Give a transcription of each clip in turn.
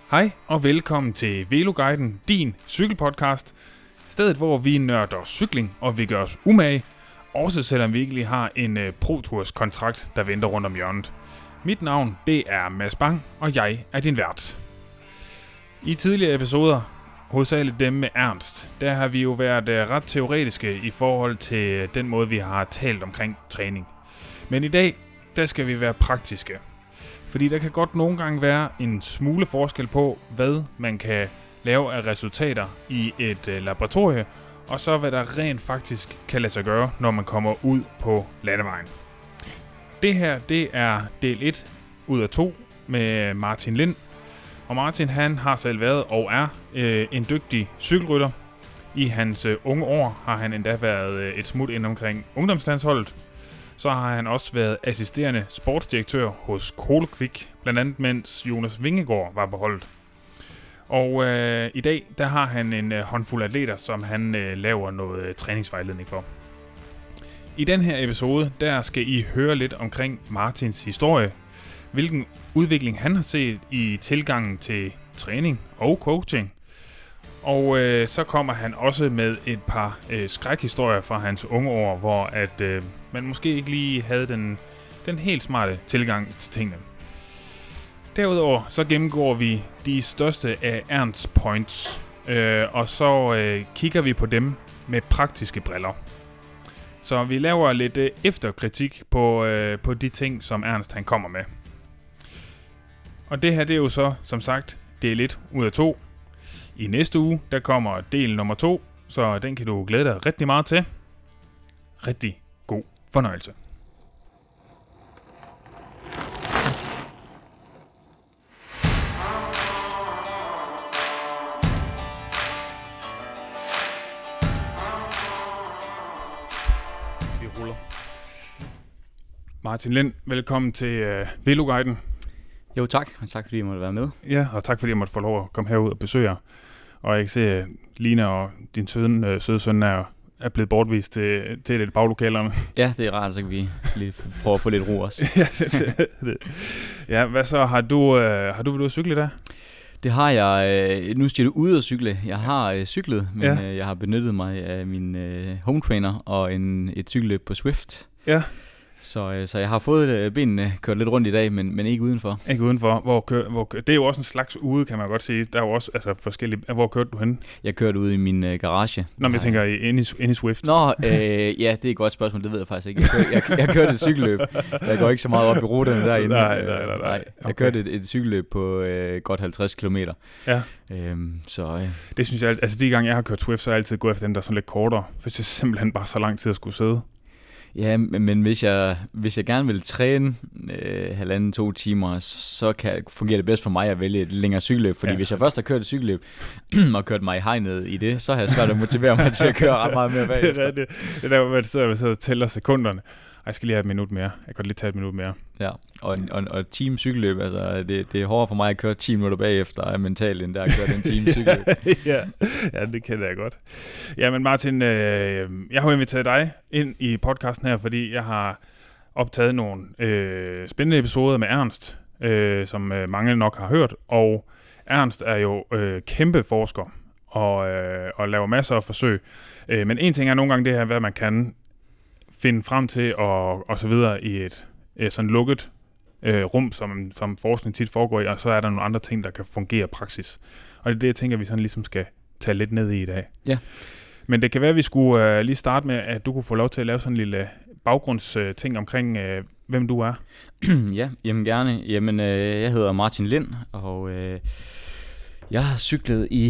Hej og velkommen til Veloguiden, din cykelpodcast. Stedet, hvor vi nørder cykling og vi gør os umage, også selvom vi ikke lige har en Pro Tours kontrakt, der venter rundt om hjørnet. Mit navn, det er Mads Bang, og jeg er din vært. I tidligere episoder, hovedsageligt dem med Ernst, der har vi jo været ret teoretiske i forhold til den måde, vi har talt omkring træning. Men i dag, der skal vi være praktiske. Fordi der kan godt nogle gange være en smule forskel på, hvad man kan lave af resultater i et laboratorie, og så hvad der rent faktisk kan lade sig gøre, når man kommer ud på landevejen. Det her, det er del 1 ud af 2 med Martin Lind. Og Martin, han har selv været og er en dygtig cykelrytter. I hans unge år har han endda været et smut ind omkring ungdomslandsholdet. Så har han også været assisterende sportsdirektør hos Colekvik, blandt andet mens Jonas Vingegaard var på holdet. Og i dag, der har han en håndfuld atleter, som han laver noget træningsvejledning for. I den her episode, der skal I høre lidt omkring Martins historie, hvilken udvikling han har set i tilgangen til træning og coaching. Og så kommer han også med et par skrækhistorier fra hans unge år, hvor at man måske ikke lige havde den helt smarte tilgang til tingene. Derudover så gennemgår vi de største af Ernsts points, og så kigger vi på dem med praktiske briller. Så vi laver lidt efterkritik på de ting, som Ernst han kommer med. Og det her, det er jo så, som sagt, del 1 ud af 2. I næste uge, der kommer del nummer 2, så den kan du glæde dig rigtig meget til. Rigtig god fornøjelse. Vi ruller. Martin Lind, velkommen til Veloguiden. Jo, tak. Og tak fordi jeg måtte være med. Ja, og tak fordi jeg måtte få lov at komme herud og besøge jer. Og jeg kan se, at Lina og din søde søn er blevet bortvist til et baglokalerne. Ja, det er rart, så kan vi lige prøve at få lidt ro også. Ja, hvad så? Har du været ude at cykle i dag? Det har jeg. Nu skal du ud at cykle. Jeg har cyklet, men jeg har benyttet mig af min home trainer og et cykelløb på Swift. Ja. Så jeg har fået benene kørt lidt rundt i dag, men ikke udenfor. Ikke udenfor. Det er jo også en slags ude, kan man godt sige. Der er jo også forskellige. Hvor kørte du hen? Jeg kørte ude i min garage. Nå, men jeg tænker inde i Swift. Nå, ja, det er et godt spørgsmål. Det ved jeg faktisk ikke. Jeg kørte et cykelløb. Jeg går ikke så meget op i ruterne derinde. Nej. Okay. Jeg kørte et cykelløb på godt 50 kilometer. Ja. Det synes jeg, altså de gange jeg har kørt Swift, så er jeg altid gået efter den, der er sådan lidt kortere. For det er simpelthen bare så lang tid at skulle sidde. Ja, men hvis jeg gerne vil træne 1,5-2 timer, så fungerer det bedst for mig at vælge et længere cykelløb. Fordi hvis jeg først har kørt et cykelløb og kørt mig i hegnet i det, så har jeg svært at motivere mig til at køre ret meget mere bagefter. Det er der, hvor man sidder og tæller sekunderne. Jeg skal lige have et minut mere. Jeg kan lige tage et minut mere. Ja, og team cykelløb, altså det er hårdere for mig at køre 10 minutter bagefter af mentalt, end der at køre den team cykelløb. ja, det kender jeg godt. Ja, men Martin, jeg har inviteret dig ind i podcasten her, fordi jeg har optaget nogle spændende episoder med Ernst, som mange nok har hørt. Og Ernst er jo kæmpe forsker og laver masser af forsøg. Men en ting er nogle gange det her, hvad man kan finde frem til og så videre i et sådan lukket rum, som forskning tit foregår i, og så er der nogle andre ting, der kan fungere i praksis. Og det er det, jeg tænker, vi sådan ligesom skal tage lidt ned i dag. Ja. Men det kan være, at vi skulle lige starte med, at du kunne få lov til at lave sådan en lille baggrundsting omkring, hvem du er. Ja, jamen gerne. Jamen, jeg hedder Martin Lind, og jeg har cyklet i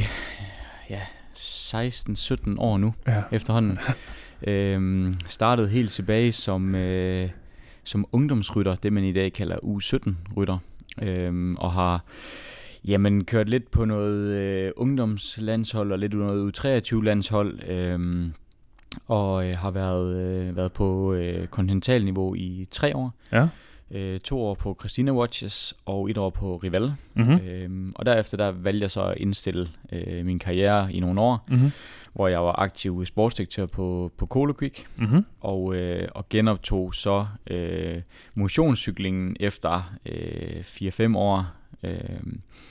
16-17 år nu efterhånden. Startede helt tilbage som ungdomsrytter, det man i dag kalder U17-rytter, og har kørt lidt på noget ungdomslandshold og lidt noget U23-landshold, og har været på kontinentalniveau i 3 år. Ja. 2 år på Christina Watches og 1 år på Rival. Mm-hmm. Og derefter der valgte jeg så at indstille min karriere i nogle år, hvor jeg var aktiv sportsdirektør på Colekvik, og genoptog så motionscyklingen efter 4-5 år.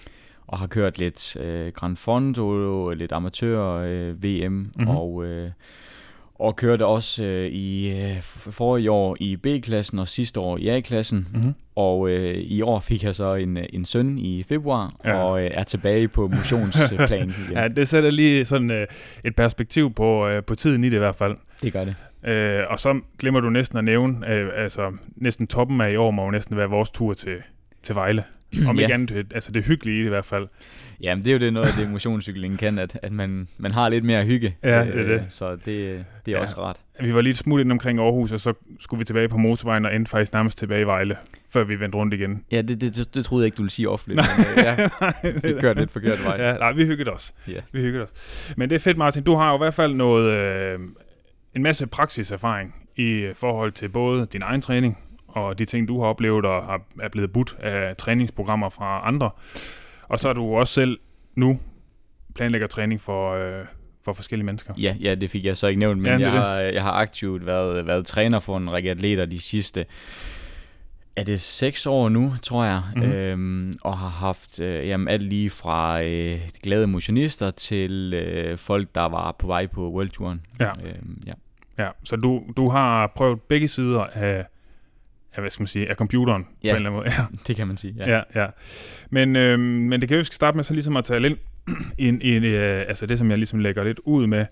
og har kørt lidt Gran Fondo, lidt amatør VM, og kørte også i forrige år i B-klassen og sidste år i A-klassen. Og i år fik jeg så en søn i februar, og er tilbage på motionsplan igen. Ja, det sætter lige sådan et perspektiv på tiden i det i hvert fald. Det gør det. Og så glemmer du næsten at nævne, altså næsten toppen af i år må jo næsten være vores tur til Vejle. Om ikke andet, altså det hyggelige i det i hvert fald. Jamen det er jo det noget af det motionscyklingen kan, at man har lidt mere hygge. Ja, det er det. Så det er også rart. Vi var lige smut ind omkring Aarhus, og så skulle vi tilbage på motorvejen og endte faktisk nærmest tilbage i Vejle, før vi vendte rundt igen. Ja, det troede jeg ikke, du ville sige offentligt. Vi kørte lidt forkert vej. Ja, nej, vi hyggede os. Yeah. Vi hyggede os. Men det er fedt, Martin. Du har jo i hvert fald en masse praksiserfaring i forhold til både din egen træning, og de ting, du har oplevet og er blevet budt af træningsprogrammer fra andre. Og så er du også selv nu planlægger træning for forskellige mennesker. Ja, det fik jeg så ikke nævnt, men jeg har aktivt været træner for en række atleter de sidste, er det 6 år nu, tror jeg, og har haft alt lige fra glade motionister til folk, der var på vej på World Touren. Ja, så du har prøvet begge sider af hvad skal man sige, af computeren på en eller anden måde. Ja, det kan man sige. Ja. Men det kan jo starte med så ligesom at tage ind i altså det, som jeg ligesom lægger lidt ud med,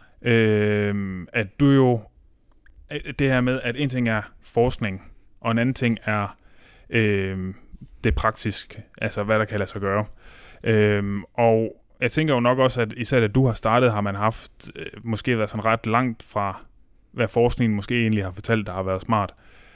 at du jo, det her med, at en ting er forskning, og en anden ting er det praktiske, altså hvad der kan lade sig gøre. Og jeg tænker jo nok også, at især da du har startet, har man haft måske været sådan ret langt fra, hvad forskningen måske egentlig har fortalt, der har været smart.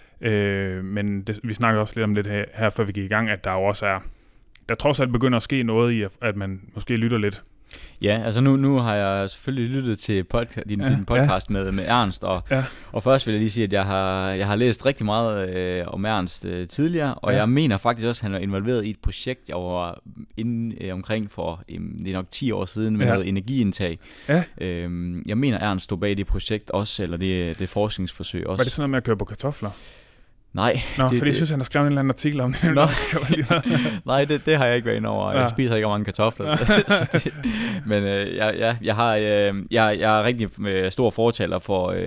Men vi snakker også lidt om det her, før vi gik i gang, at der jo også der trods alt begynder at ske noget i, at man måske lytter lidt. Ja, altså nu har jeg selvfølgelig lyttet til din podcast med Ernst, og først vil jeg lige sige, at jeg har læst rigtig meget om Ernst tidligere, og jeg mener faktisk også, at han er involveret i et projekt, jeg var inde omkring for det er nok 10 år siden med noget energiindtag. Ja. Jeg mener, Ernst stod bag det projekt også, eller det forskningsforsøg også. Var det sådan noget med at køre på kartofler? Nej. Fordi jeg synes, han har skrevet en eller anden artikel om det. Nej, det har jeg ikke været inde over. Jeg spiser ikke mange kartofler. Men jeg har rigtig stor fortaler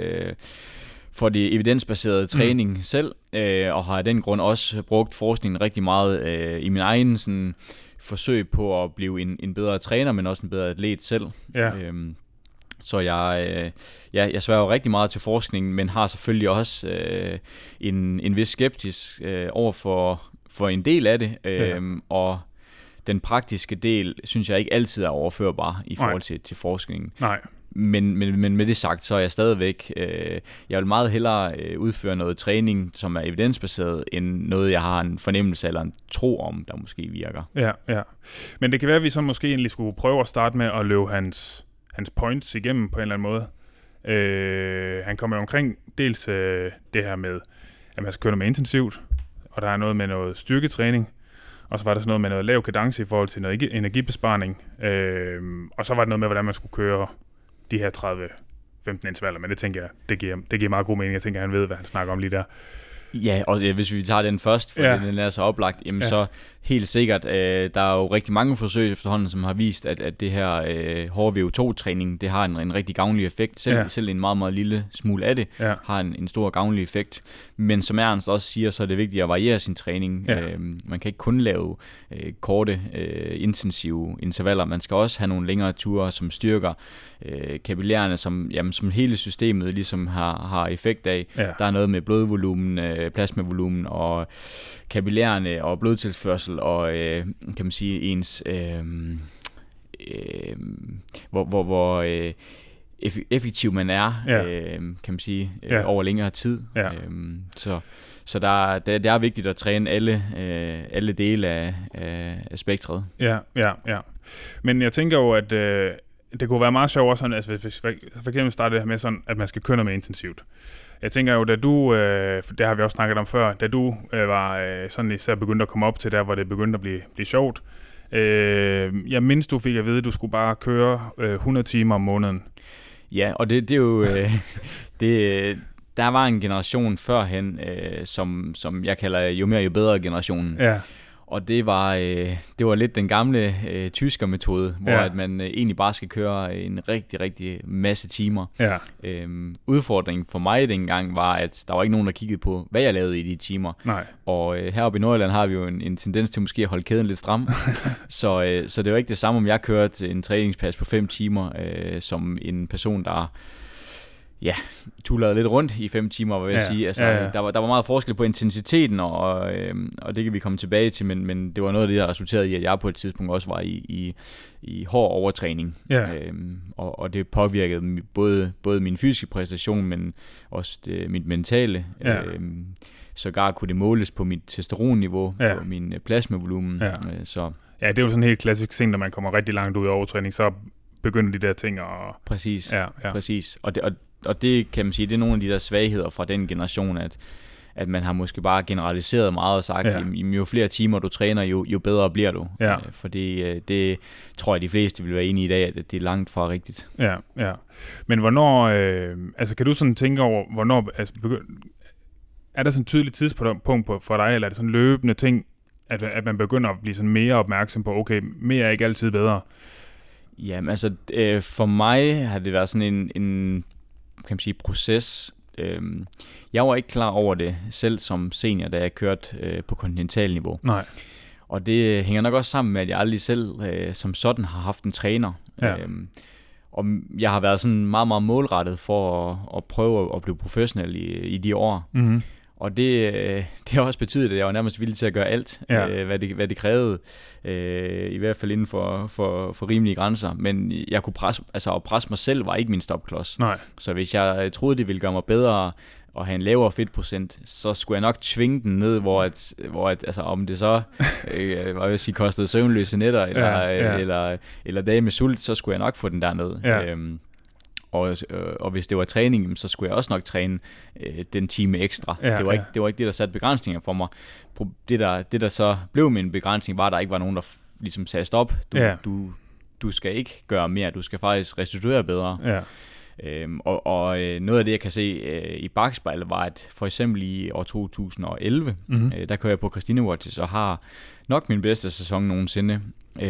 for det evidensbaserede træning selv, og har af den grund også brugt forskningen rigtig meget i min egen sådan, forsøg på at blive en bedre træner, men også en bedre atlet selv. Ja. Så jeg sværger jo rigtig meget til forskningen, men har selvfølgelig også en vis skeptisk over for en del af det, og den praktiske del synes jeg ikke altid er overførbar i forhold til forskningen. Nej. Men med det sagt, så er jeg stadigvæk, jeg vil meget hellere udføre noget træning, som er evidensbaseret, end noget, jeg har en fornemmelse eller en tro om, der måske virker. Ja. Men det kan være, at vi så måske egentlig skulle prøve at starte med at løbe hans points igennem på en eller anden måde. Han kommer jo omkring dels det her med, at man skal køre noget mere intensivt, og der er noget med noget styrketræning, og så var der sådan noget med noget lav kadence i forhold til noget energibesparing, og så var det noget med, hvordan man skulle køre de her 30-15 intervaller, men det tænker jeg, det giver meget god mening. Jeg tænker, han ved, hvad han snakker om lige der. Ja, og hvis vi tager den først, for den er så oplagt, jamen så helt sikkert, der er jo rigtig mange forsøg efterhånden, som har vist, at det her HVO2-træning, det har en rigtig gavnlig effekt. Selv en meget, meget lille smule af det har en stor gavnlig effekt. Men som Ernst også siger, så er det vigtigt at variere sin træning. Man kan ikke kun lave korte, intensive intervaller. Man skal også have nogle længere ture, som styrker kapillærerne, som hele systemet ligesom har effekt af. Der er noget med blodvolumen, plasmavolumen og kapillærerne og blodtilførsel og kan man sige ens hvor effektiv man er, kan man sige, over længere tid. Så det er vigtigt at træne alle dele af spektret. Ja. Men jeg tænker jo, at det kunne være meget sjovt også, at hvis for eksempel starte det her med sådan, at man skal køre noget mere intensivt. Jeg tænker jo, da du, det har vi også snakket om før, da du var sådan især begyndt at komme op til der, hvor det begyndte at blive sjovt. Jeg mindes, du fik at vide, at du skulle bare køre 100 timer om måneden. Ja, og det er jo... der var en generation førhen, som jeg kalder jo mere jo bedre generationen. Ja. Og det var lidt den gamle tyskermetode, hvor at man egentlig bare skal køre en rigtig, rigtig masse timer. Ja. Udfordringen for mig dengang var, at der var ikke nogen, der kiggede på, hvad jeg lavede i de timer. Nej. Og heroppe i Nordjylland har vi jo en tendens til måske at holde kæden lidt stram. så det var ikke det samme, om jeg kørte en træningspas på 5 timer, som en person, der tullede lidt rundt i 5 timer, vil jeg sige. Altså, der var meget forskel på intensiteten, og det kan vi komme tilbage til, men det var noget af det, der resulterede i, at jeg på et tidspunkt også var i hård overtræning. Ja. Og det påvirkede både min fysiske præstation, men også mit mentale. Ja. Sågar kunne det måles på mit testosteronniveau, på min plasmavolumen. Ja. Ja, det er jo sådan en helt klassisk ting, når man kommer rigtig langt ud i overtræning, så begynder de der ting at... Præcis, præcis. Og det kan man sige, det er nogle af de der svagheder fra den generation, at man har måske bare generaliseret meget og sagt, jo flere timer du træner, jo bedre bliver du. Ja. Fordi det tror jeg, de fleste vil være enige i dag, at det er langt fra rigtigt. Ja. Men hvornår, kan du sådan tænke over, hvornår, er der sådan et tydeligt tidspunkt for dig, eller er det sådan løbende ting, at man begynder at blive sådan mere opmærksom på, okay, mere er ikke altid bedre? Jamen altså, for mig har det været sådan en kan man sige, proces. Jeg var ikke klar over det selv som senior, da jeg kørte på kontinentalniveau. Nej. Og det hænger nok også sammen med, at jeg aldrig selv som sådan har haft en træner. Ja. Og jeg har været sådan meget, meget målrettet for at prøve at blive professionel i de år. Mm-hmm. Og det har også betydet, at jeg var nærmest villig til at gøre alt, hvad det krævede, i hvert fald inden for rimelige grænser. Men jeg kunne at presse mig selv var ikke min stopklods. Nej. Så hvis jeg troede, det ville gøre mig bedre at have en lavere fedtprocent, så skulle jeg nok tvinge den ned, hvor om det så kostede søvnløse nætter eller dage med sult, så skulle jeg nok få den derned. Ja. Og hvis det var træning, så skulle jeg også nok træne den time ekstra. Det var ikke det, der satte begrænsninger for mig. Det der så blev min begrænsning, var, at der ikke var nogen, der ligesom sagde stop. Du skal ikke gøre mere, du skal faktisk restituere bedre. Ja. Noget af det, jeg kan se i bakspejlet, var, at for eksempel i år 2011, der kører jeg på Christina Watches og har nok min bedste sæson nogensinde.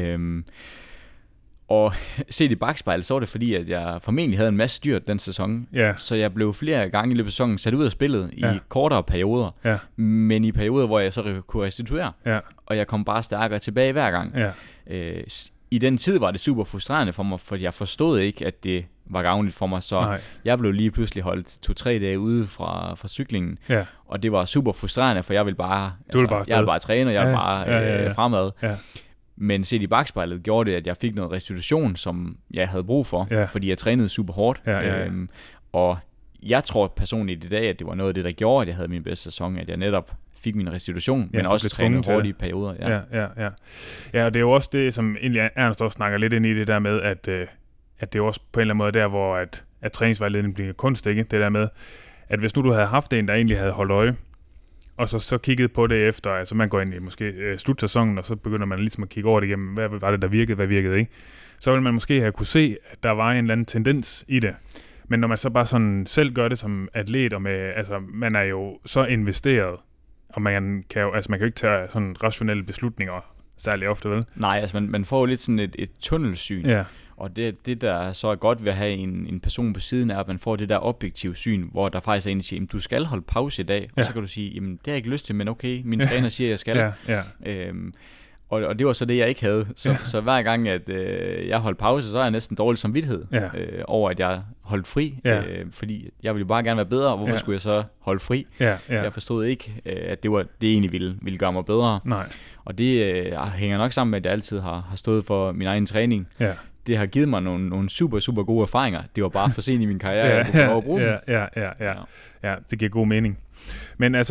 Og set i bakspejlet, så var det fordi, at jeg formentlig havde en masse styrt den sæson. Yeah. Så jeg blev flere gange i løbet af sæsonen sat ud af spillet i kortere perioder. Men i perioder, hvor jeg så kunne restituere. Og jeg kom bare stærkere tilbage hver gang. I den tid var det super frustrerende for mig, fordi jeg forstod ikke, at det var gavnligt for mig. Så jeg blev lige pludselig holdt 2-3 dage ude fra cyklingen. Og det var super frustrerende, for jeg ville bare træne, og jeg ville bare fremad. Men set i bakspejlet gjorde det, at jeg fik noget restitution, som jeg havde brug for, fordi jeg trænede super hårdt. Og jeg tror personligt i dag, at det var noget af det, der gjorde, at jeg havde min bedste sæson, at jeg netop fik min restitution, men også trænede hårdt i perioder. Ja, og det er jo også det, som egentlig Ernst også snakker lidt ind i det der med, at det er også på en eller anden måde der, hvor at træningsvejledning bliver kunst, ikke? Det der med, at hvis nu du havde haft en, der egentlig havde holdt øje, og så kiggede på det efter, altså man går ind i måske slutsæsonen, og så begynder man ligesom at kigge over det igennem, hvad var det, der virkede, hvad virkede ikke? Så ville man måske have kunne se, at der var en eller anden tendens i det. Men når man så bare sådan selv gør det som atlet, og med, altså man er jo så investeret, og man kan jo ikke tage sådan rationelle beslutninger særlig ofte, vel? Nej, altså man får jo lidt sådan et tunnelsyn. Ja. Og det der så er godt ved at have en person på siden er, at man får det der objektive syn, hvor der faktisk er en, der siger, du skal holde pause i dag, og så kan du sige, jamen det har jeg ikke lyst til, men okay, min træner siger, jeg skal. Og det var så det, jeg ikke havde. Så hver gang, at jeg holdt pause, så er jeg næsten dårlig samvittighed over, at jeg holdt fri. Fordi jeg ville bare gerne være bedre, og hvorfor skulle jeg så holde fri? Jeg forstod ikke, at det egentlig ville gøre mig bedre. Nej. Og det hænger nok sammen med, at jeg altid har stået for min egen træning. Det har givet mig nogle super, super gode erfaringer. Det var bare for sent i min karriere, at jeg kunne få lov at bruge dem. Ja, det giver god mening. Men altså,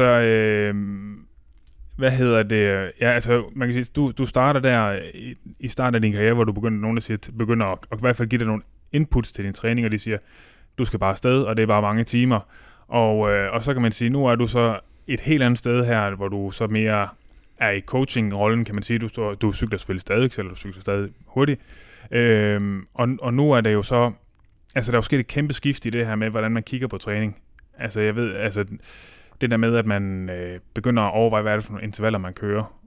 hvad hedder det? Ja, altså, man kan sige, du starter der i starten af din karriere, hvor du begynder at i hvert fald give dig nogle inputs til din træning, og de siger, du skal bare afsted, og det er bare mange timer. Og så kan man sige, nu er du så et helt andet sted her, hvor du så mere er i coaching-rollen, kan man sige. Du cykler selvfølgelig stadig, eller du cykler stadig hurtigt. Og nu er det jo så, altså der er jo sket et kæmpe skift i det her med, hvordan man kigger på træning. Altså jeg ved, altså det der med, at man begynder at overveje, hvad er det for nogle intervaller, man kører.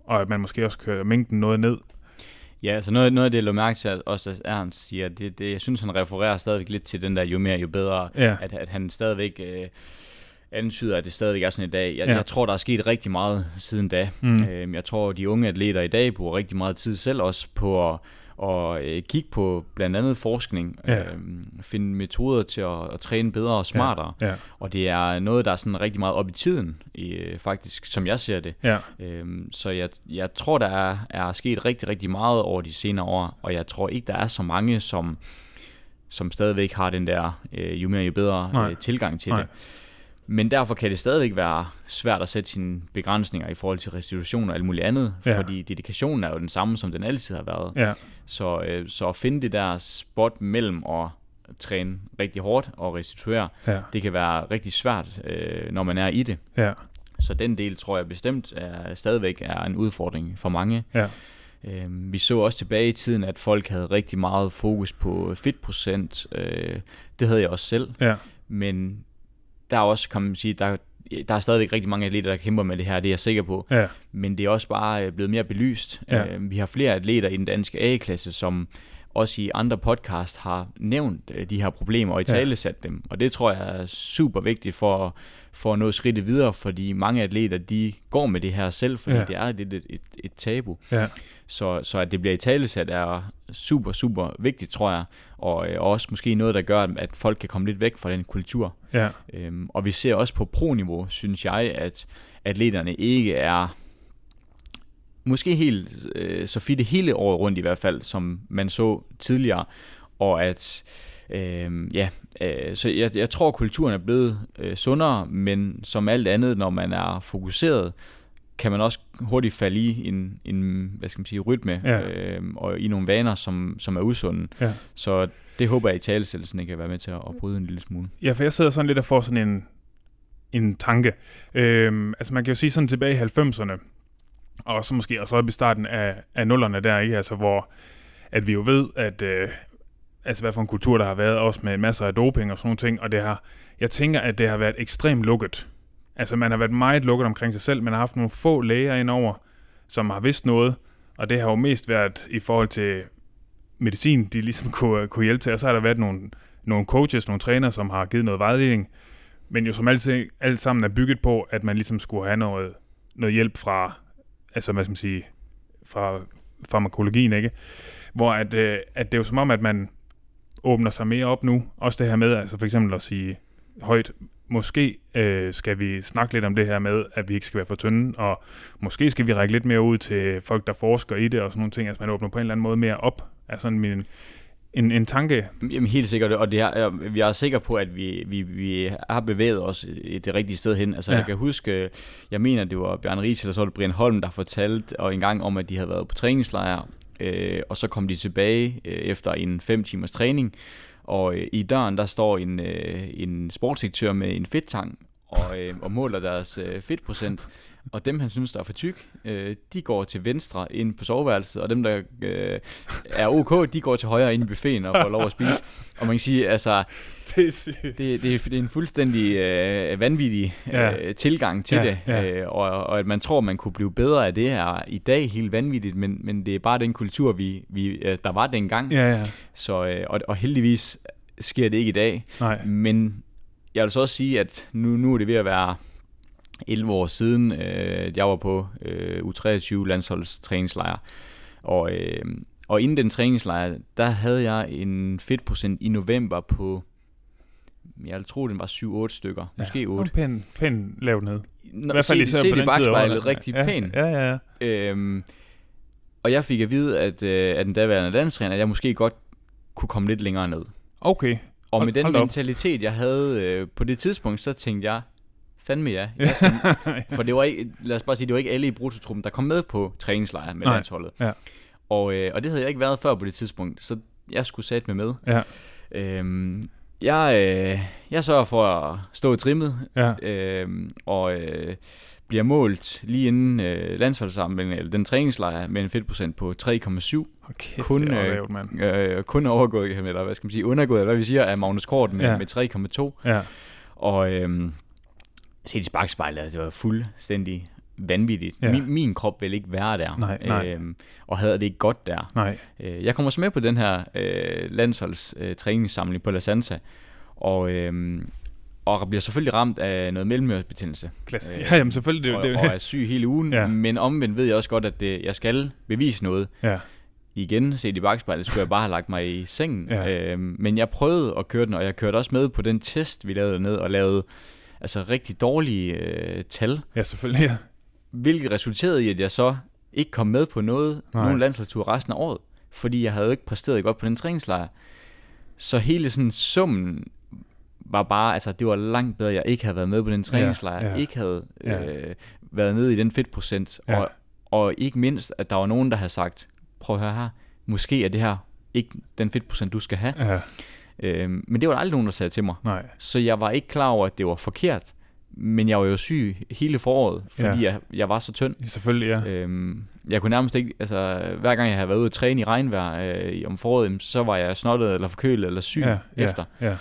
og at man måske også kører mængden noget ned. Ja, så noget af det, jeg lå mærke til, at også Ernst siger, jeg synes, han refererer stadigvæk lidt til den der, jo mere, jo bedre, at han stadigvæk antyder, at det stadigvæk er sådan i dag. Jeg tror, der er sket rigtig meget siden da. Jeg tror, de unge atleter i dag bruger rigtig meget tid selv også på at kigge på blandt andet forskning, finde metoder til at træne bedre og smartere. Og det er noget, der er sådan rigtig meget op i tiden, faktisk, som jeg ser det. Så jeg tror, der er sket rigtig, rigtig meget over de senere år, og jeg tror ikke, der er så mange, som stadigvæk har den der jo mere, jo bedre tilgang til det. Men derfor kan det stadigvæk være svært at sætte sine begrænsninger i forhold til restitution og alt muligt andet, fordi dedikationen er jo den samme, som den altid har været. Så at finde det der spot mellem at træne rigtig hårdt og restituere, det kan være rigtig svært, når man er i det. Så den del tror jeg bestemt stadigvæk er en udfordring for mange. Vi så også tilbage i tiden, at folk havde rigtig meget fokus på fedtprocent. Det havde jeg også selv. Men der er også, kan man sige, der er stadigvæk rigtig mange atleter, der kæmper med det her, det er jeg sikker på. Men det er også bare blevet mere belyst. Vi har flere atleter i den danske A-klasse, som også i andre podcast har nævnt de her problemer og italesat dem. Og det tror jeg er super vigtigt for at nå skridtet videre, fordi mange atleter, de går med det her selv, fordi det er lidt et tabu. Så at det bliver italesat er super, super vigtigt, tror jeg. Og også måske noget, der gør, at folk kan komme lidt væk fra den kultur. Og vi ser også på pro-niveau, synes jeg, at atleterne ikke er måske helt så fitte hele året rundt i hvert fald, som man så tidligere, og at så jeg tror, kulturen er blevet sundere, men som alt andet, når man er fokuseret, kan man også hurtigt falde i en hvad skal man sige, rytme og i nogle vaner, som er usunde. Så det håber jeg, at italesættelsen kan være med til at bryde en lille smule. Ja, for jeg sidder sådan lidt og får sådan en tanke. Altså man kan jo sige sådan tilbage i 90'erne, og så måske også op i starten af nullerne der, ikke? Altså hvor at vi jo ved, at altså hvad for en kultur der har været, også med masser af doping og sådan nogle ting, og jeg tænker, at det har været ekstremt lukket. Altså man har været meget lukket omkring sig selv, man har haft nogle få læger indover, som har vidst noget, og det har jo mest været i forhold til medicin, de ligesom kunne hjælpe til, og så har der været nogle coaches, nogle trænere, som har givet noget vejledning, men jo som altid, alt sammen er bygget på, at man ligesom skulle have noget hjælp fra, altså hvad skal man sige, fra farmakologien, ikke? Hvor at det er jo som om, at man åbner sig mere op nu, også det her med, altså for eksempel at sige højt, måske skal vi snakke lidt om det her med, at vi ikke skal være for tynde, og måske skal vi række lidt mere ud til folk, der forsker i det, og sådan nogle ting, altså man åbner på en eller anden måde mere op, altså en tanke. Jamen helt sikkert, og vi er sikre på, at vi har bevæget os det rigtige sted hen. Altså jeg kan huske, jeg mener, det var Bjørn Riis, eller så var det Brian Holm, der fortalte en gang om, at de havde været på træningslejr, og så kom de tilbage efter en 5 timers træning, og i døren, der står en sportsdirektør med en fedtang, og måler deres fedtprocent. Og dem, han synes, der er for tyk, de går til venstre ind på soveværelset, og dem, der er ok, de går til højre ind i buffeten og får lov at spise. Og man kan sige, altså, det er en fuldstændig vanvittig tilgang til det, og at man tror, man kunne blive bedre af det her i dag, helt vanvittigt, men det er bare den kultur, der var dengang. Så, og heldigvis sker det ikke i dag. Men jeg vil så også sige, at nu er det ved at være 11 år siden, jeg var på U23 landsholdstræningslejr, og inden den træningslejr, der havde jeg en fedtprocent i november på, jeg tror den var 7-8 stykker, måske 8. Pæn lavt ned. I hvert fald især på den bagspejlet rigtig pæn. Og jeg fik at vide, at den daværende landstræner, at jeg måske godt kunne komme lidt længere ned. Okay. Og med den mentalitet, jeg havde på det tidspunkt, så tænkte jeg, fandme ja. For det var ikke, lad os bare sige, det var ikke alle i bruttotruppen, der kom med på træningslejr med landsholdet. Og det havde jeg ikke været før på det tidspunkt, så jeg skulle sætte mig med. Jeg sørger for at stå i trimmet, og bliver målt lige inden landsholdssamlingen, eller den træningslejr, med en fedtprocent på 3,7. Okay, kun overgået, eller hvad skal man sige, undergået, hvad vi siger, af Magnus Kort med 3,2. Og set i bakspejlet, det var fuldstændig vanvittigt. Ja. Min krop ville ikke være der. Nej. Og havde det ikke godt der. Nej. Jeg kommer så med på den her landsholdstræningssamling på La Santa, og bliver selvfølgelig ramt af noget mellemørebetændelse. Jamen selvfølgelig. Og er syg hele ugen, men omvendt ved jeg også godt, at jeg skal bevise noget. Ja. Igen, set i bagspejlet, skulle jeg bare have lagt mig i sengen. Men jeg prøvede at køre den, og jeg kørte også med på den test, vi lavede ned og lavede altså rigtig dårlige tal. Ja, selvfølgelig, ja. Hvilket resulterede i, at jeg så ikke kom med på nogen landsholdstur resten af året, fordi jeg havde jo ikke præsteret godt på den træningslejr. Så hele sådan summen var bare, altså det var langt bedre, at jeg ikke havde været med på den træningslejr, ikke havde været nede i den fedtprocent, og ikke mindst, at der var nogen, der havde sagt, prøv at høre her, måske er det her ikke den fedtprocent, du skal have. Ja. Men det var der aldrig nogen, der sagde til mig. Nej. Så jeg var ikke klar over, at det var forkert. Men jeg var jo syg hele foråret, fordi jeg var så tynd. Selvfølgelig, ja. Jeg kunne nærmest ikke, altså hver gang jeg havde været ude at træne i regnvejr om foråret, så var jeg snottet eller forkølet eller syg efter. Ja.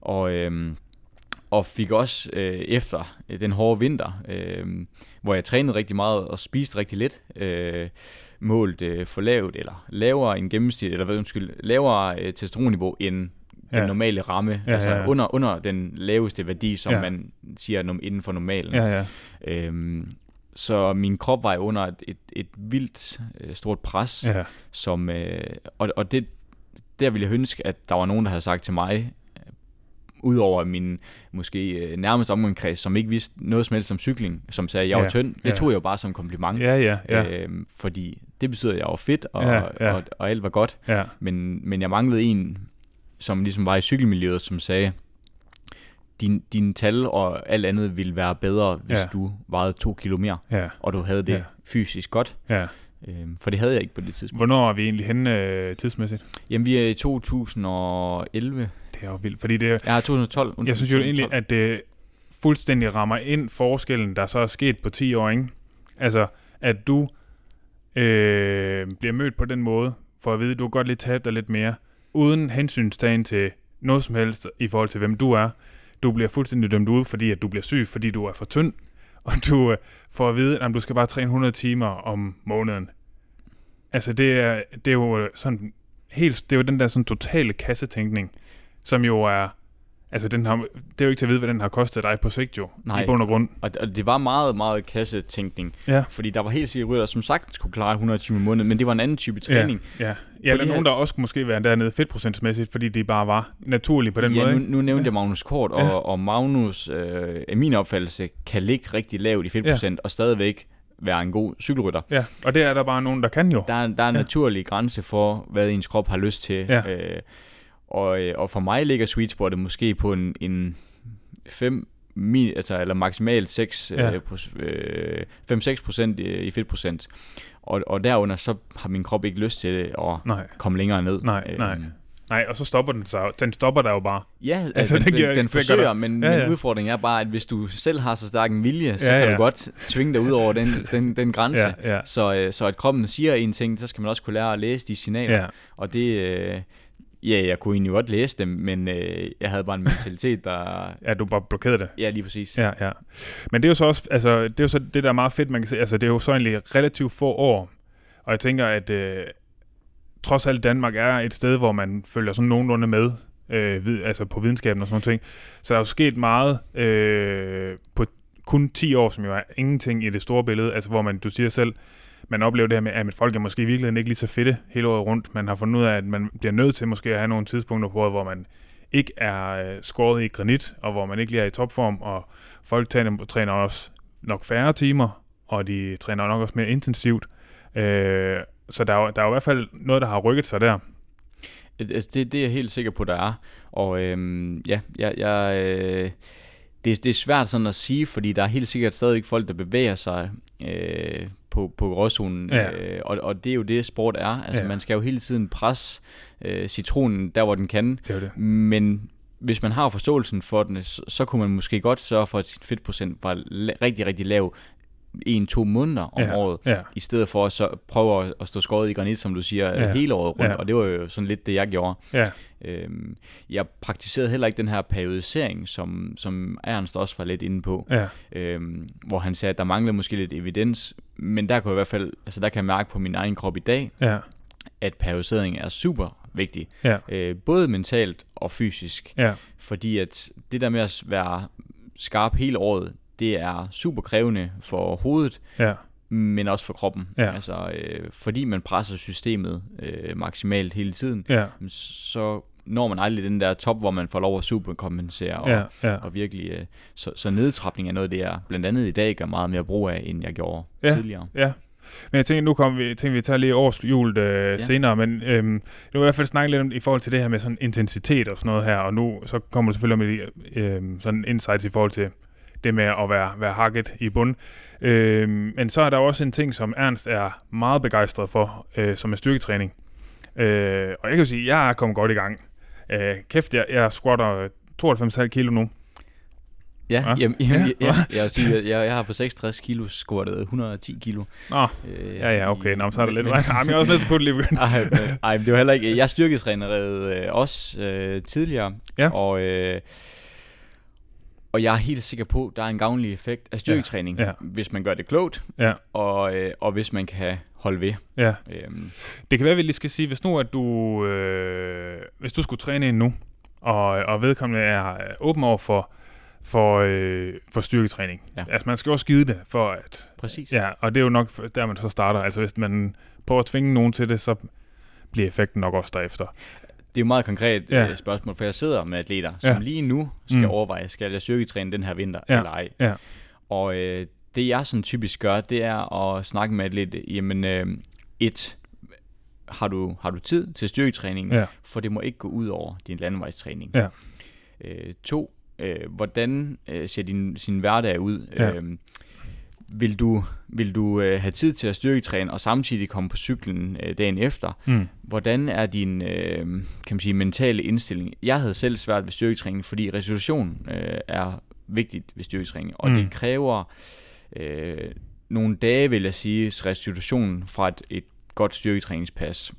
Og fik også efter den hårde vinter, hvor jeg trænede rigtig meget og spiste rigtig lidt, målt for lavt eller lavere end gennemsnit, eller lavere testosteronniveau end den normale ramme, altså under den laveste værdi, som man siger inden for normalen. Så min krop var jo under et vildt stort pres, som, og det, der ville jeg ønske, at der var nogen, der havde sagt til mig, udover min måske nærmest omgangskreds, som ikke vidste noget som helst om cykling, som sagde, at jeg var tynd. Det tog jeg jo bare som kompliment. Fordi det betyder, at jeg var fedt, og alt var godt. Men jeg manglede en, som ligesom var i cykelmiljøet, som sagde, dine tal og alt andet ville være bedre, hvis du vejede 2 kilo mere, og du havde det fysisk godt. For det havde jeg ikke på det tidspunkt. Hvornår er vi egentlig henne tidsmæssigt? Jamen, vi er i 2011. Det er jo vildt, fordi det er... Ja, 2012. Jeg synes jo egentlig, at det fuldstændig rammer ind forskellen, der så er sket på 10 år, ikke? Altså, at du bliver mødt på den måde, for at vide, at du godt lige tabt dig lidt mere, uden hensynstagen til noget som helst i forhold til, hvem du er. Du bliver fuldstændig dømt ud, fordi at du bliver syg, fordi du er for tynd, og du får at vide, at du skal bare træne 100 timer om måneden. Altså, det er jo sådan helt, det er jo den der sådan totale kassetænkning, som jo er, altså det er jo ikke til at vide, hvad den har kostet dig på sigt jo. Nej. I bund og grund. Og det var meget, meget kassetænkning, fordi der var helt sikkert rytter, som sagt kunne klare 100 timer om måneden, men det var en anden type træning. Ja, eller nogen, der også måske være dernede fedtprocentsmæssigt, fordi de bare var naturlige på den måde. Nu nævnte jeg Magnus Kort, og Magnus, af min opfattelse, kan ligge rigtig lavt i fedtprocent, og stadigvæk være en god cykelrytter. Ja, og det er der bare nogen, der kan jo. Der er en naturlig grænse for, hvad ens krop har lyst til. Ja. Og for mig ligger sweet spottet måske på en 5, eller maksimalt 5-6% i fedtprocent. Og derunder så har min krop ikke lyst til at komme længere ned. Nej, og så stopper den så. Den stopper der jo bare. Ja, altså den forsøger, men udfordringen er bare, at hvis du selv har så stærk en vilje, så kan du godt tvinge dig ud over den grænse. Så at kroppen siger en ting, så skal man også kunne lære at læse de signaler. Ja. Og det... jeg kunne egentlig godt læse dem, men jeg havde bare en mentalitet, der... Ja, du bare blokerede det. Ja, lige præcis. Ja. Men det er jo så også, altså, det er jo så det, der er meget fedt, man kan se. Altså, det er jo så egentlig relativt få år. Og jeg tænker, at trods alt Danmark er et sted, hvor man følger sådan nogenlunde med, altså på videnskaben og sådan noget ting. Så der er jo sket meget på kun 10 år, som jo er ingenting i det store billede. Altså, hvor du siger selv, man oplever det her med, at folk er måske i virkeligheden ikke lige så fedte hele året rundt. Man har fundet ud af, at man bliver nødt til måske at have nogle tidspunkter på året, hvor man ikke er skåret i granit, og hvor man ikke lige er i topform, og folk træner også nok færre timer, og de træner nok også mere intensivt. Så der er jo i hvert fald noget, der har rykket sig der. Det er jeg helt sikker på, der er. Og det er svært sådan at sige, fordi der er helt sikkert stadig folk, der bevæger sig på gråzonen, og det er jo det, sport er. Altså man skal jo hele tiden presse citronen der, hvor den kan. Det. Men hvis man har forståelsen for den, så kunne man måske godt sørge for, at sin fedtprocent var rigtig, rigtig lav 1-2 måneder om året, i stedet for at så prøve at stå skåret i granit, som du siger, hele året rundt, og det var jo sådan lidt det, jeg gjorde. Jeg praktiserede heller ikke den her periodisering, som Ernst også var lidt inde på, hvor han sagde, at der manglede måske lidt evidens, men der kunne jeg i hvert fald, altså der kan jeg mærke på min egen krop i dag, at periodisering er super vigtig, både mentalt og fysisk, fordi at det der med at være skarp hele året, det er super krævende for hovedet, men også for kroppen. Altså, fordi man presser systemet maksimalt hele tiden, så når man aldrig den der top, hvor man får lov at superkompensere, og virkelig, så nedtrapning er noget, det er blandt andet i dag gør meget mere brug af, end jeg gjorde tidligere. Men jeg tænker, nu tænker vi tager lige årshjulet senere, men nu vil jeg i hvert fald snakke lidt om i forhold til det her med sådan intensitet og sådan noget her, og nu så kommer du selvfølgelig med sådan insights i forhold til det med at være hakket i bund. Men så er der også en ting, som Ernst er meget begejstret for, som er styrketræning. Og jeg kan sige, at jeg er kommet godt i gang. Kæft, jeg squatter 92,5 kilo nu. Jeg vil sige, jeg har på 66 kilo squattet 110 kilo. Okay. Nå, så er der lidt. Jeg er også næsten kun lige begyndt. Nej, det var heller ikke. Jeg styrketrænerede også tidligere, og jeg er helt sikker på, at der er en gavnlig effekt af styrketræning, hvis man gør det klogt, og hvis man kan holde ved. Det kan være, at vi lige skal sige, hvis nu at hvis du skulle træne en nu, og vedkommende er åben over for styrketræning. Altså man skal også skide det for at... Præcis. Ja, og det er jo nok der man så starter. Altså hvis man prøver at tvinge nogen til det, så bliver effekten nok også derefter. Det er jo meget konkret spørgsmål, for jeg sidder med atleter, som lige nu skal overveje, skal jeg styrketræne den her vinter eller ej. Og det jeg sådan typisk gør, det er at snakke med atleter, jamen har du tid til styrketræning, for det må ikke gå ud over din landevejstræning. 2, hvordan ser sin hverdag ud? Vil du have tid til at styrketræne og samtidig komme på cyklen dagen efter? Hvordan er din kan man sige, mentale indstilling? Jeg havde selv svært ved styrketræning, fordi restitution er vigtigt ved styrketræning, og det kræver nogle dage, vil jeg sige, restitution fra et godt styrketræningspas.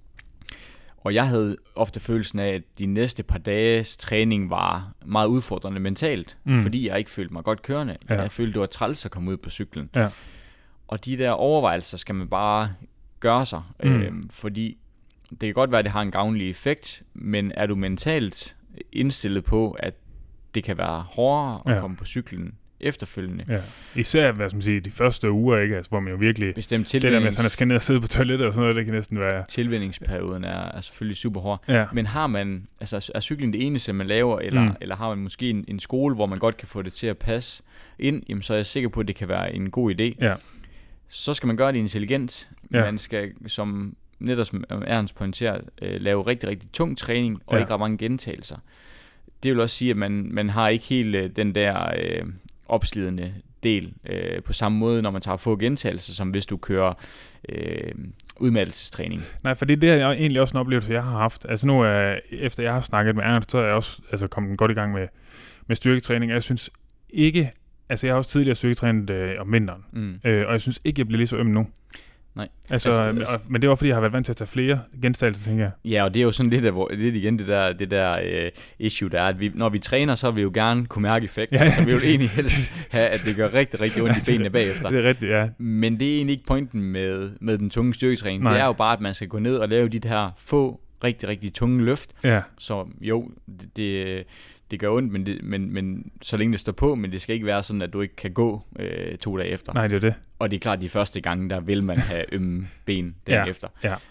Og jeg havde ofte følelsen af, at de næste par dages træning var meget udfordrende mentalt, fordi jeg ikke følte mig godt kørende. Jeg følte, det var træls at komme ud på cyklen. Og de der overvejelser skal man bare gøre sig, fordi det kan godt være, at det har en gavnlig effekt, men er du mentalt indstillet på, at det kan være hårdere at komme på cyklen efterfølgende. Især, hvad skal man sige, de første uger, ikke? Altså, hvor man jo virkelig... Bestemt det der med, at han skal ned og sidde på toilettet og sådan noget, det kan næsten være... Tilvændingsperioden er selvfølgelig super hård. Men har man... Altså, er cykling det eneste, man laver, eller har man måske en skole, hvor man godt kan få det til at passe ind, jamen, så er jeg sikker på, at det kan være en god idé. Så skal man gøre det intelligent. Man skal, som netop som Ernst pointerer, lave rigtig, rigtig tung træning, og ikke ret mange gentagelser. Det vil også sige, at man har ikke helt den der... opslidende del på samme måde, når man tager få gentagelser, som hvis du kører udmattelsestræning. Nej, for det er egentlig også en oplevelse, jeg har haft. Altså nu, efter jeg har snakket med Ernst, så er jeg også kommet godt i gang med styrketræning. Jeg synes ikke, altså jeg har også tidligere styrketrænet om vinteren, og jeg synes ikke, jeg bliver lige så øm nu. Nej. Men det var fordi, jeg har været vant til at tage flere gentagelser, tænker jeg. Ja, og det er jo sådan lidt igen det der issue, der er, at når vi træner, så vil vi jo gerne kunne mærke effekten, så vi vil egentlig helst have, at det gør rigtig, rigtig ondt i benene bagefter. Det er rigtigt, ja. Men det er egentlig ikke pointen med den tunge styrketræning. Nej. Det er jo bare, at man skal gå ned og lave de her få rigtig, rigtig tunge løft, så jo, det gør ondt, men så længe det står på, men det skal ikke være sådan, at du ikke kan gå 2 dage efter. Nej, det er det. Og det er klart, de første gange, der vil man have ømme ben dagen efter.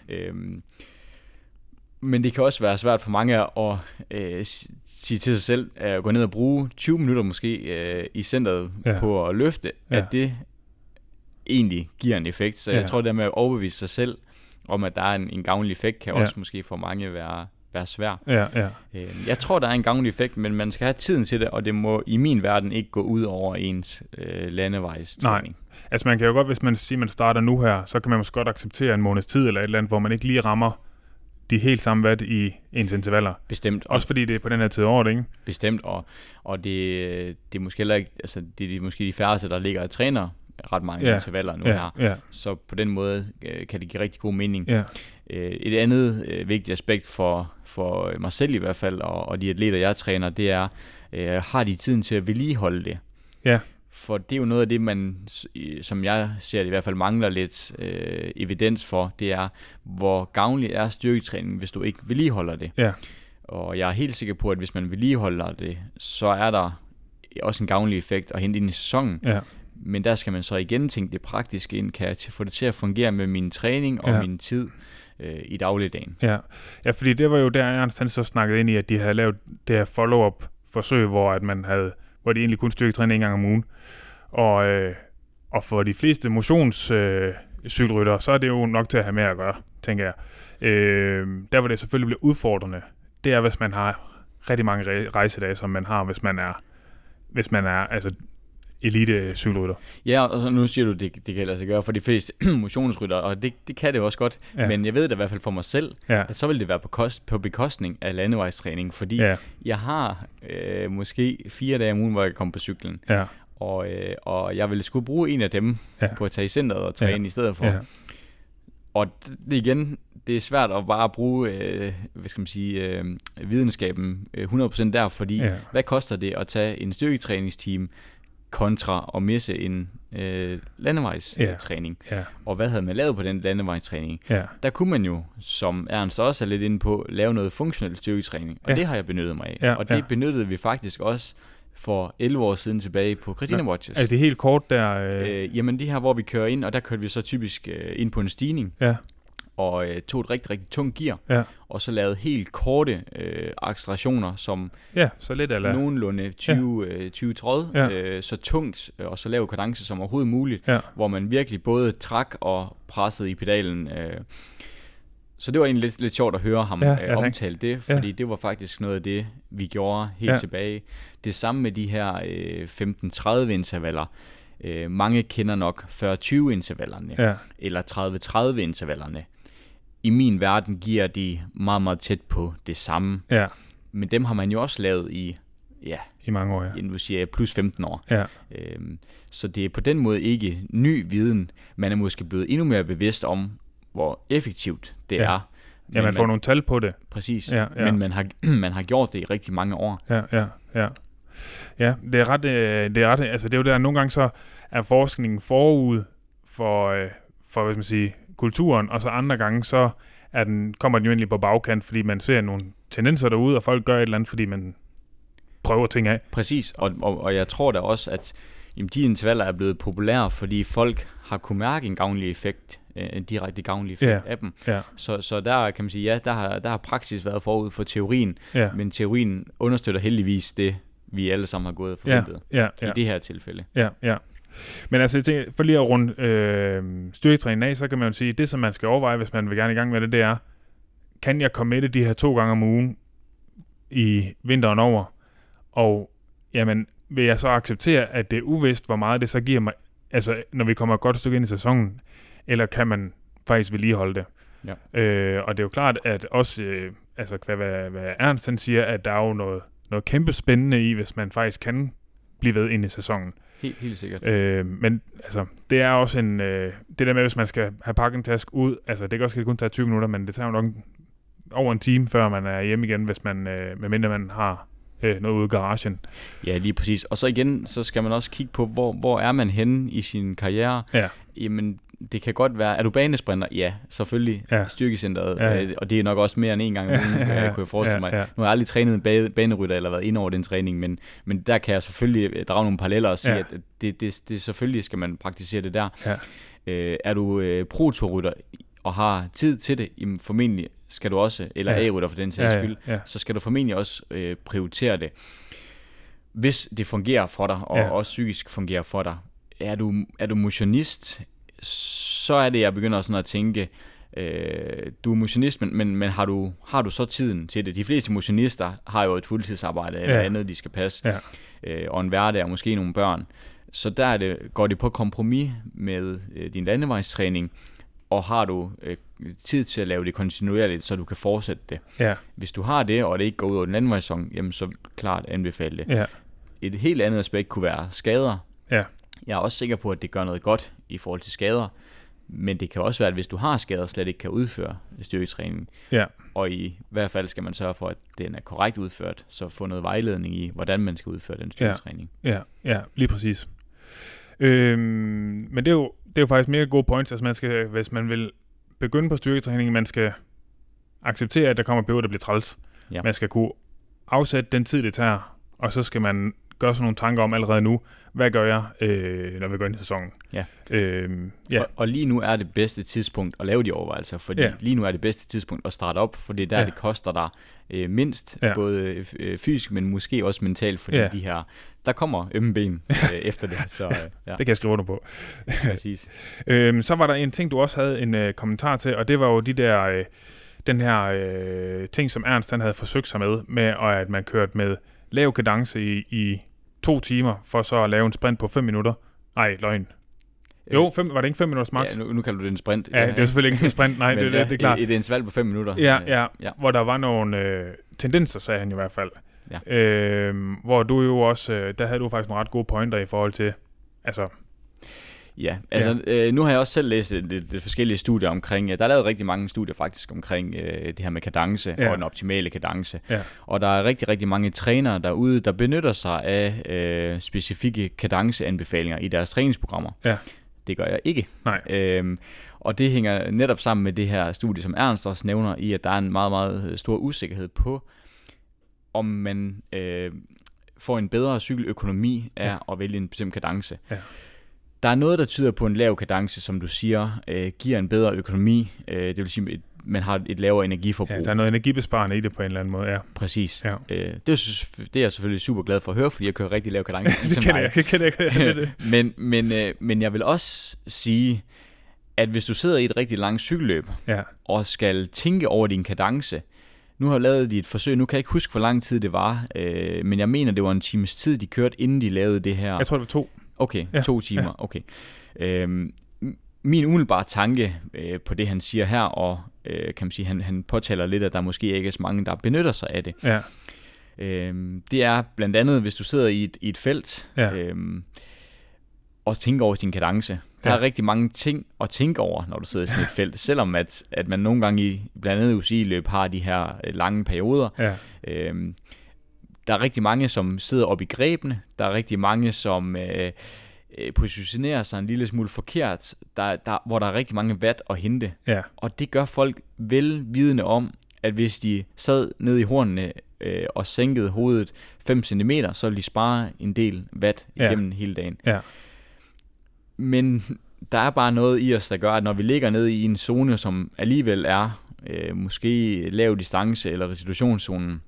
Men det kan også være svært for mange at sige til sig selv, at gå ned og bruge 20 minutter måske i centret på at løfte, at det egentlig giver en effekt. Så jeg tror, det med at overbevise sig selv om, at der er en gavnlig effekt, kan også måske for mange være svær. Jeg tror, der er en gavnlig effekt, men man skal have tiden til det, og det må i min verden ikke gå ud over ens landevejstræning. Nej, altså man kan jo godt, hvis man siger, man starter nu her, så kan man måske godt acceptere en måneds tid eller et eller andet, hvor man ikke lige rammer de helt samme watt i ens intervaller. Bestemt. Også fordi det er på den her tid af året, ikke? Bestemt, og det er måske heller ikke, altså det er måske de færreste, der ligger og træner ret mange intervaller nu her. Ja. Så på den måde kan det give rigtig god mening. Ja. Et andet vigtigt aspekt for mig selv i hvert fald, og de atleter, jeg træner, det er, har de tiden til at vedligeholde det? Ja. For det er jo noget af det, man, som jeg ser det i hvert fald, mangler lidt evidens for, det er, hvor gavnlig er styrketræning, hvis du ikke vedligeholder det. Ja. Og jeg er helt sikker på, at hvis man vedligeholder det, så er der også en gavnlig effekt at hente ind i sæsonen. Ja. Men der skal man så igen tænke det praktiske ind, kan jeg få det til at fungere med min træning og min tid i dagligdagen. Ja, fordi det var jo der, Ernst han så snakkede ind i, at de havde lavet det her follow-up forsøg, hvor de egentlig kun styrketræne en gang om ugen. Og for de fleste motionscykelryttere, så er det jo nok til at have med at gøre, tænker jeg. Der hvor det selvfølgelig bliver udfordrende, det er, hvis man har rigtig mange rejsedage, som man har, hvis man er altså elite cykelrytter. Ja, og så nu siger du, det kan lade sig gøre for de fleste motionsryttere, og det kan det også godt, men jeg ved det i hvert fald for mig selv, at så vil det være på bekostning af landevejstræning, fordi jeg har måske 4 dage om ugen, hvor jeg kan komme på cyklen, og jeg vil skulle bruge en af dem på at tage i centret og træne i stedet for. Og det er svært at bare bruge videnskaben 100% der, fordi hvad koster det at tage en styrketræningsteam kontra at misse en landevejstræning? Og hvad havde man lavet på den landevejstræning? Der kunne man jo, som Ernst også er lidt inde på, lave noget funktionel styrketræning, og det har jeg benyttet mig af. Og det benyttede vi faktisk også for 11 år siden tilbage på Christina Watches. Er det helt kort der? Jamen det her, hvor vi kører ind, og der kørte vi så typisk ind på en stigning, og tog et rigtig, rigtig tungt gear, og så lavede helt korte accelerationer, som så lidt eller nogenlunde 20-30, så tungt, og så lav kadence som overhovedet muligt, hvor man virkelig både trak og pressede i pedalen. Så det var egentlig lidt sjovt at høre ham omtale det, fordi det var faktisk noget af det, vi gjorde helt tilbage. Det samme med de her 15-30 intervaller. Mange kender nok 40-20 intervallerne, eller 30-30 intervallerne. I min verden giver de meget, meget tæt på det samme. Ja. Men dem har man jo også lavet i mange år, nu siger jeg plus 15 år. Ja. Så det er på den måde ikke ny viden. Man er måske blevet endnu mere bevidst om, hvor effektivt det er. Ja, man får nogle tal på det. Præcis, men man har gjort det i rigtig mange år. Ja, det er ret, altså det er jo der, nogle gange så er forskningen forud for hvad skal man sige, kulturen, og så andre gange så kommer den jo egentlig på bagkant, fordi man ser nogle tendenser derude, og folk gør et eller andet, fordi man prøver ting af. Præcis, og jeg tror da også, at de intervaller er blevet populære, fordi folk har kunne mærke en gavnlig effekt, en direkte gavnlig effekt af dem. Yeah. Så der kan man sige, der har praksis været forud for teorien, men teorien understøtter heldigvis det, vi alle sammen har gået og forventet i det her tilfælde. Ja. Men altså, jeg tænker, for lige at runde styrketræningen af, så kan man jo sige, det som man skal overveje, hvis man vil gerne i gang med det er, kan jeg komme med det de her 2 gange om ugen i vinteren over? Og jamen, vil jeg så acceptere, at det er uvist, hvor meget det så giver mig, altså når vi kommer et godt stykke ind i sæsonen, eller kan man faktisk vedligeholde det? Ja. Og det er jo klart, at også, altså hvad Ernst han siger, at der er jo noget kæmpe spændende i, hvis man faktisk kan blive ved ind i sæsonen. Helt sikkert. Men altså, det er også det der med, hvis man skal have pakket en task ud, altså det kan også kun tage 20 minutter, men det tager jo nok over en time, før man er hjemme igen, hvis man, medmindre man har noget ude i garagen. Ja, lige præcis. Og så igen, så skal man også kigge på, hvor er man henne i sin karriere. Ja. Jamen, det kan godt være, er du banesprinter? Ja, selvfølgelig. Styrkecenteret, og det er nok også mere end en gang om ugen, kunne jeg forestille mig. Nu har jeg aldrig trænet en banerytter eller været inde over den træning, men der kan jeg selvfølgelig drage nogle paralleller og sige, at det selvfølgelig skal man praktisere det der. Ja. Er du pro-tourrytter og har tid til det, jamen formentlig skal du også, eller A-rytter for den sags skyld, så skal du formentlig også prioritere det. Hvis det fungerer for dig, og også psykisk fungerer for dig. Er du motionist, så er det, jeg begynder sådan at tænke, du er motionist, men har du så tiden til det? De fleste motionister har jo et fuldtidsarbejde eller andet, de skal passe, og en hverdag og måske nogle børn. Så der går det på kompromis med din landevejstræning, og har du tid til at lave det kontinuerligt, så du kan fortsætte det. Ja. Hvis du har det, og det ikke går ud over den landevejssæson, jamen så klart anbefale det. Ja. Et helt andet aspekt kunne være skader. Ja. Jeg er også sikker på, at det gør noget godt i forhold til skader, men det kan også være, at hvis du har skader, slet ikke kan udføre styrketræning. Ja. Og i hvert fald skal man sørge for, at den er korrekt udført, så få noget vejledning i, hvordan man skal udføre den styrketræning. Ja, lige præcis. Men det er jo faktisk mere gode points, altså hvis man vil begynde på styrketræning, man skal acceptere, at der kommer perioder, der bliver træls. Ja. Man skal kunne afsætte den tid, det tager, og så skal man gøre sådan nogle tanker om allerede nu, hvad gør jeg, når vi går ind i sæsonen. Ja. Og lige nu er det bedste tidspunkt at lave de overvejelser, fordi lige nu er det bedste tidspunkt at starte op, for det er der, det koster dig mindst, både fysisk, men måske også mentalt, fordi der kommer ømme ben efter det. Så, det kan jeg skrive under på. Præcis. Så var der en ting, du også havde en kommentar til, og det var jo den her ting, som Ernst han havde forsøgt sig med, at man kørte med lav kadence i 2 timer, for så at lave en sprint på 5 minutter. Nej, løgn. Jo, var det ikke 5 minutters max? Ja, nu kalder du det en sprint. Ja, det er selvfølgelig ikke en sprint, nej, det er klart. Det er en svalg på 5 minutter. Ja, hvor der var nogle tendenser, sagde han i hvert fald. Ja. Hvor du jo også, der havde du faktisk nogle ret gode pointer i forhold til, altså... Ja, altså nu har jeg også selv læst lidt forskellige studier omkring, der er lavet rigtig mange studier faktisk omkring det her med kadence og den optimale kadence. Ja. Og der er rigtig, rigtig mange trænere derude, der benytter sig af specifikke kadenceanbefalinger i deres træningsprogrammer. Ja. Det gør jeg ikke. Nej. Og det hænger netop sammen med det her studie, som Ernst også nævner, i at der er en meget, meget stor usikkerhed på, om man får en bedre cykeløkonomi af at vælge en bestemt kadence. Ja. Der er noget, der tyder på en lav kadence, som du siger, giver en bedre økonomi. Det vil sige, at man har et lavere energiforbrug. Ja, der er noget energibesparende i det på en eller anden måde, ja. Præcis. Ja. Det er jeg selvfølgelig super glad for at høre, fordi jeg kører rigtig lav kadence. Det kan jeg. Men jeg vil også sige, at hvis du sidder i et rigtig langt cykelløb, og skal tænke over din kadence, nu har jeg lavet et forsøg, nu kan jeg ikke huske, hvor lang tid det var, men jeg mener, det var en times tid, de kørte, inden de lavede det her. Jeg tror, det var 2. Okay, 2 timer, okay. Min umiddelbare tanke på det, han siger her, og kan man sige, han påtaler lidt, at der måske ikke er så mange, der benytter sig af det. Ja. Det er blandt andet, hvis du sidder i et felt, og tænker over din kadence. Der er rigtig mange ting at tænke over, når du sidder i sådan et felt, selvom at man nogle gange blandt andet i UCI-løb har de her lange perioder. Ja. Der er rigtig mange, som sidder op i grebene. Der er rigtig mange, som positionerer sig en lille smule forkert, hvor der er rigtig mange watt at hente. Ja. Og det gør folk velvidende om, at hvis de sad nede i hornene og sænkede hovedet 5 cm, så ville de spare en del watt igennem hele dagen. Ja. Men der er bare noget i os, der gør, at når vi ligger nede i en zone, som alligevel er måske lav distance eller restitutionszonen,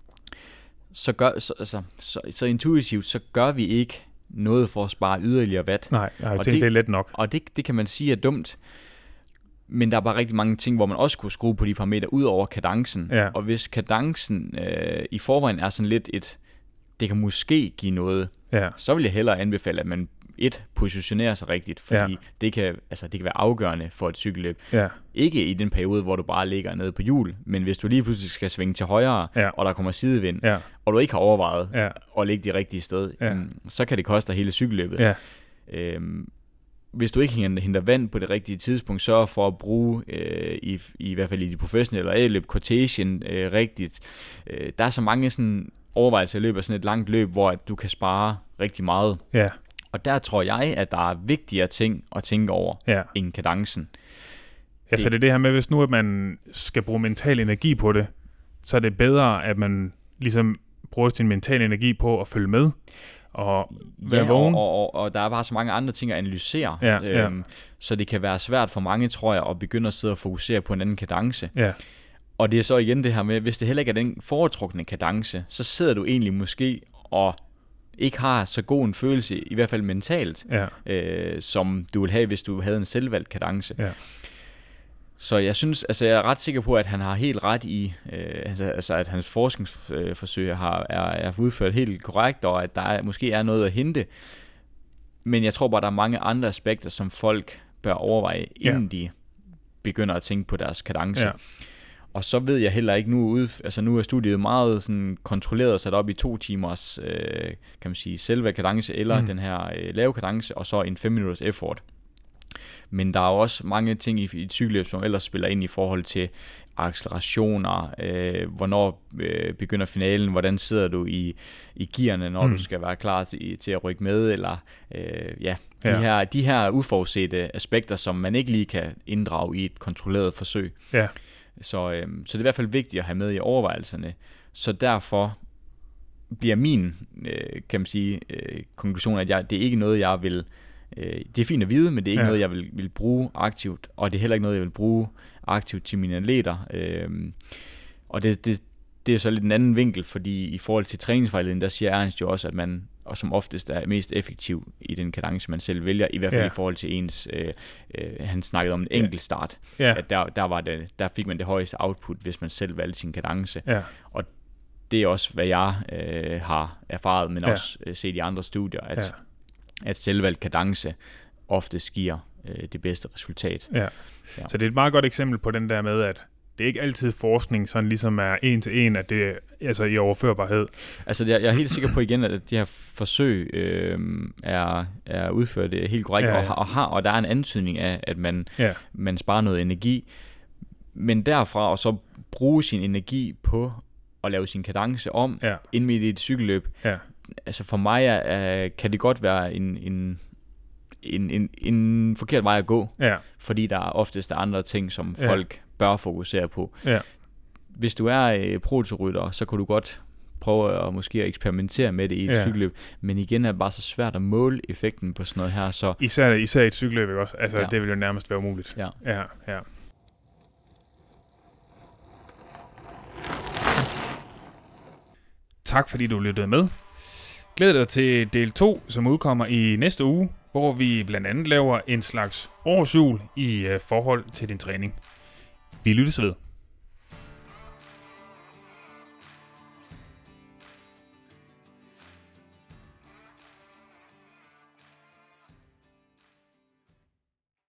så intuitivt, så gør vi ikke noget for at spare yderligere watt. Nej, jeg tænker, det er let nok. Og det kan man sige er dumt. Men der er bare rigtig mange ting, hvor man også kunne skrue på de parametre ud over kadencen. Ja. Og hvis kadencen i forvejen er sådan lidt det kan måske give noget, så vil jeg hellere anbefale, at man positionerer sig rigtigt, fordi det kan være afgørende for et cykelløb. Ja. Ikke i den periode, hvor du bare ligger nede på hjul, men hvis du lige pludselig skal svinge til højre, og der kommer sidevind, og du ikke har overvejet at ligge det rigtige sted, så kan det koste dig hele cykelløbet. Ja. Hvis du ikke henter vand på det rigtige tidspunkt, sørg for at bruge, i hvert fald i de professionelle A-løb, quotation rigtigt. Der er så mange sådan overvejelser i løbet af sådan et langt løb, hvor at du kan spare rigtig meget. Ja. Og der tror jeg, at der er vigtigere ting at tænke over end kadencen. Ja, så det er det her med, hvis nu at man skal bruge mental energi på det, så er det bedre, at man ligesom bruger sin mental energi på at følge med og være vågen. Og der er bare så mange andre ting at analysere. Så det kan være svært for mange, tror jeg, at begynde at sidde og fokusere på en anden kadence. Ja. Og det er så igen det her med, hvis det heller ikke er den foretrukne kadence, så sidder du egentlig måske og ikke har så god en følelse, i hvert fald mentalt, som du ville have, hvis du havde en selvvalgt kadence. Ja. Så jeg synes, jeg er ret sikker på, at han har helt ret i, at hans forskningsforsøg er udført helt korrekt, og at der måske er noget at hente. Men jeg tror bare, der er mange andre aspekter, som folk bør overveje, inden de begynder at tænke på deres kadence. Ja. Og så ved jeg heller ikke nu er studiet meget sådan kontrolleret og sat op i 2 timers, kan man sige, selve kadence, eller den her lave kadence, og så en 5 minutters effort. Men der er også mange ting i et cykelløb, som ellers spiller ind i forhold til accelerationer, hvornår begynder finalen, hvordan sidder du i gearne, når du skal være klar til at rykke med, eller de her uforudsete aspekter, som man ikke lige kan inddrage i et kontrolleret forsøg. Ja. Så det er i hvert fald vigtigt at have med i overvejelserne. Så derfor bliver min, kan man sige, konklusion, at det er ikke noget, jeg vil... det er fint at vide, men det er ikke noget, jeg vil bruge aktivt, og det er heller ikke noget, jeg vil bruge aktivt til mine atleter. Og det er så lidt en anden vinkel, fordi i forhold til træningsvejledning, der siger Ernst jo også, at man og som oftest er mest effektiv i den kadence, man selv vælger, i hvert fald i forhold til ens, han snakkede om en enkelt start, at der fik man det højeste output, hvis man selv valgte sin kadence. Og det er også, hvad jeg har erfaret, men også set i andre studier, at selvvalgt kadence oftest giver det bedste resultat. Ja. Så det er et meget godt eksempel på den der med, at det er ikke altid forskning, sådan ligesom er en til en, at det altså i overførbarhed. Altså jeg er helt sikker på igen, at de her forsøg er udført helt korrekt, og der er en antydning af, at man sparer noget energi, men derfra og så bruge sin energi på at lave sin kadence om, inden midt i et cykelløb. Altså for mig kan det godt være en forkert vej at gå, fordi der oftest er andre ting, som folk bør fokusere på. Hvis du er protorytter, så kan du godt prøve at måske eksperimentere med det i et cykelløb, men igen er det bare så svært at måle effekten på sådan noget her. Så især i et cykelløb også. Altså det vil jo nærmest være umuligt. Ja. Tak fordi du lyttede med. Glæd dig til del 2, som udkommer i næste uge, hvor vi blandt andet laver en slags årshjul i forhold til din træning. Vi lyttes ved.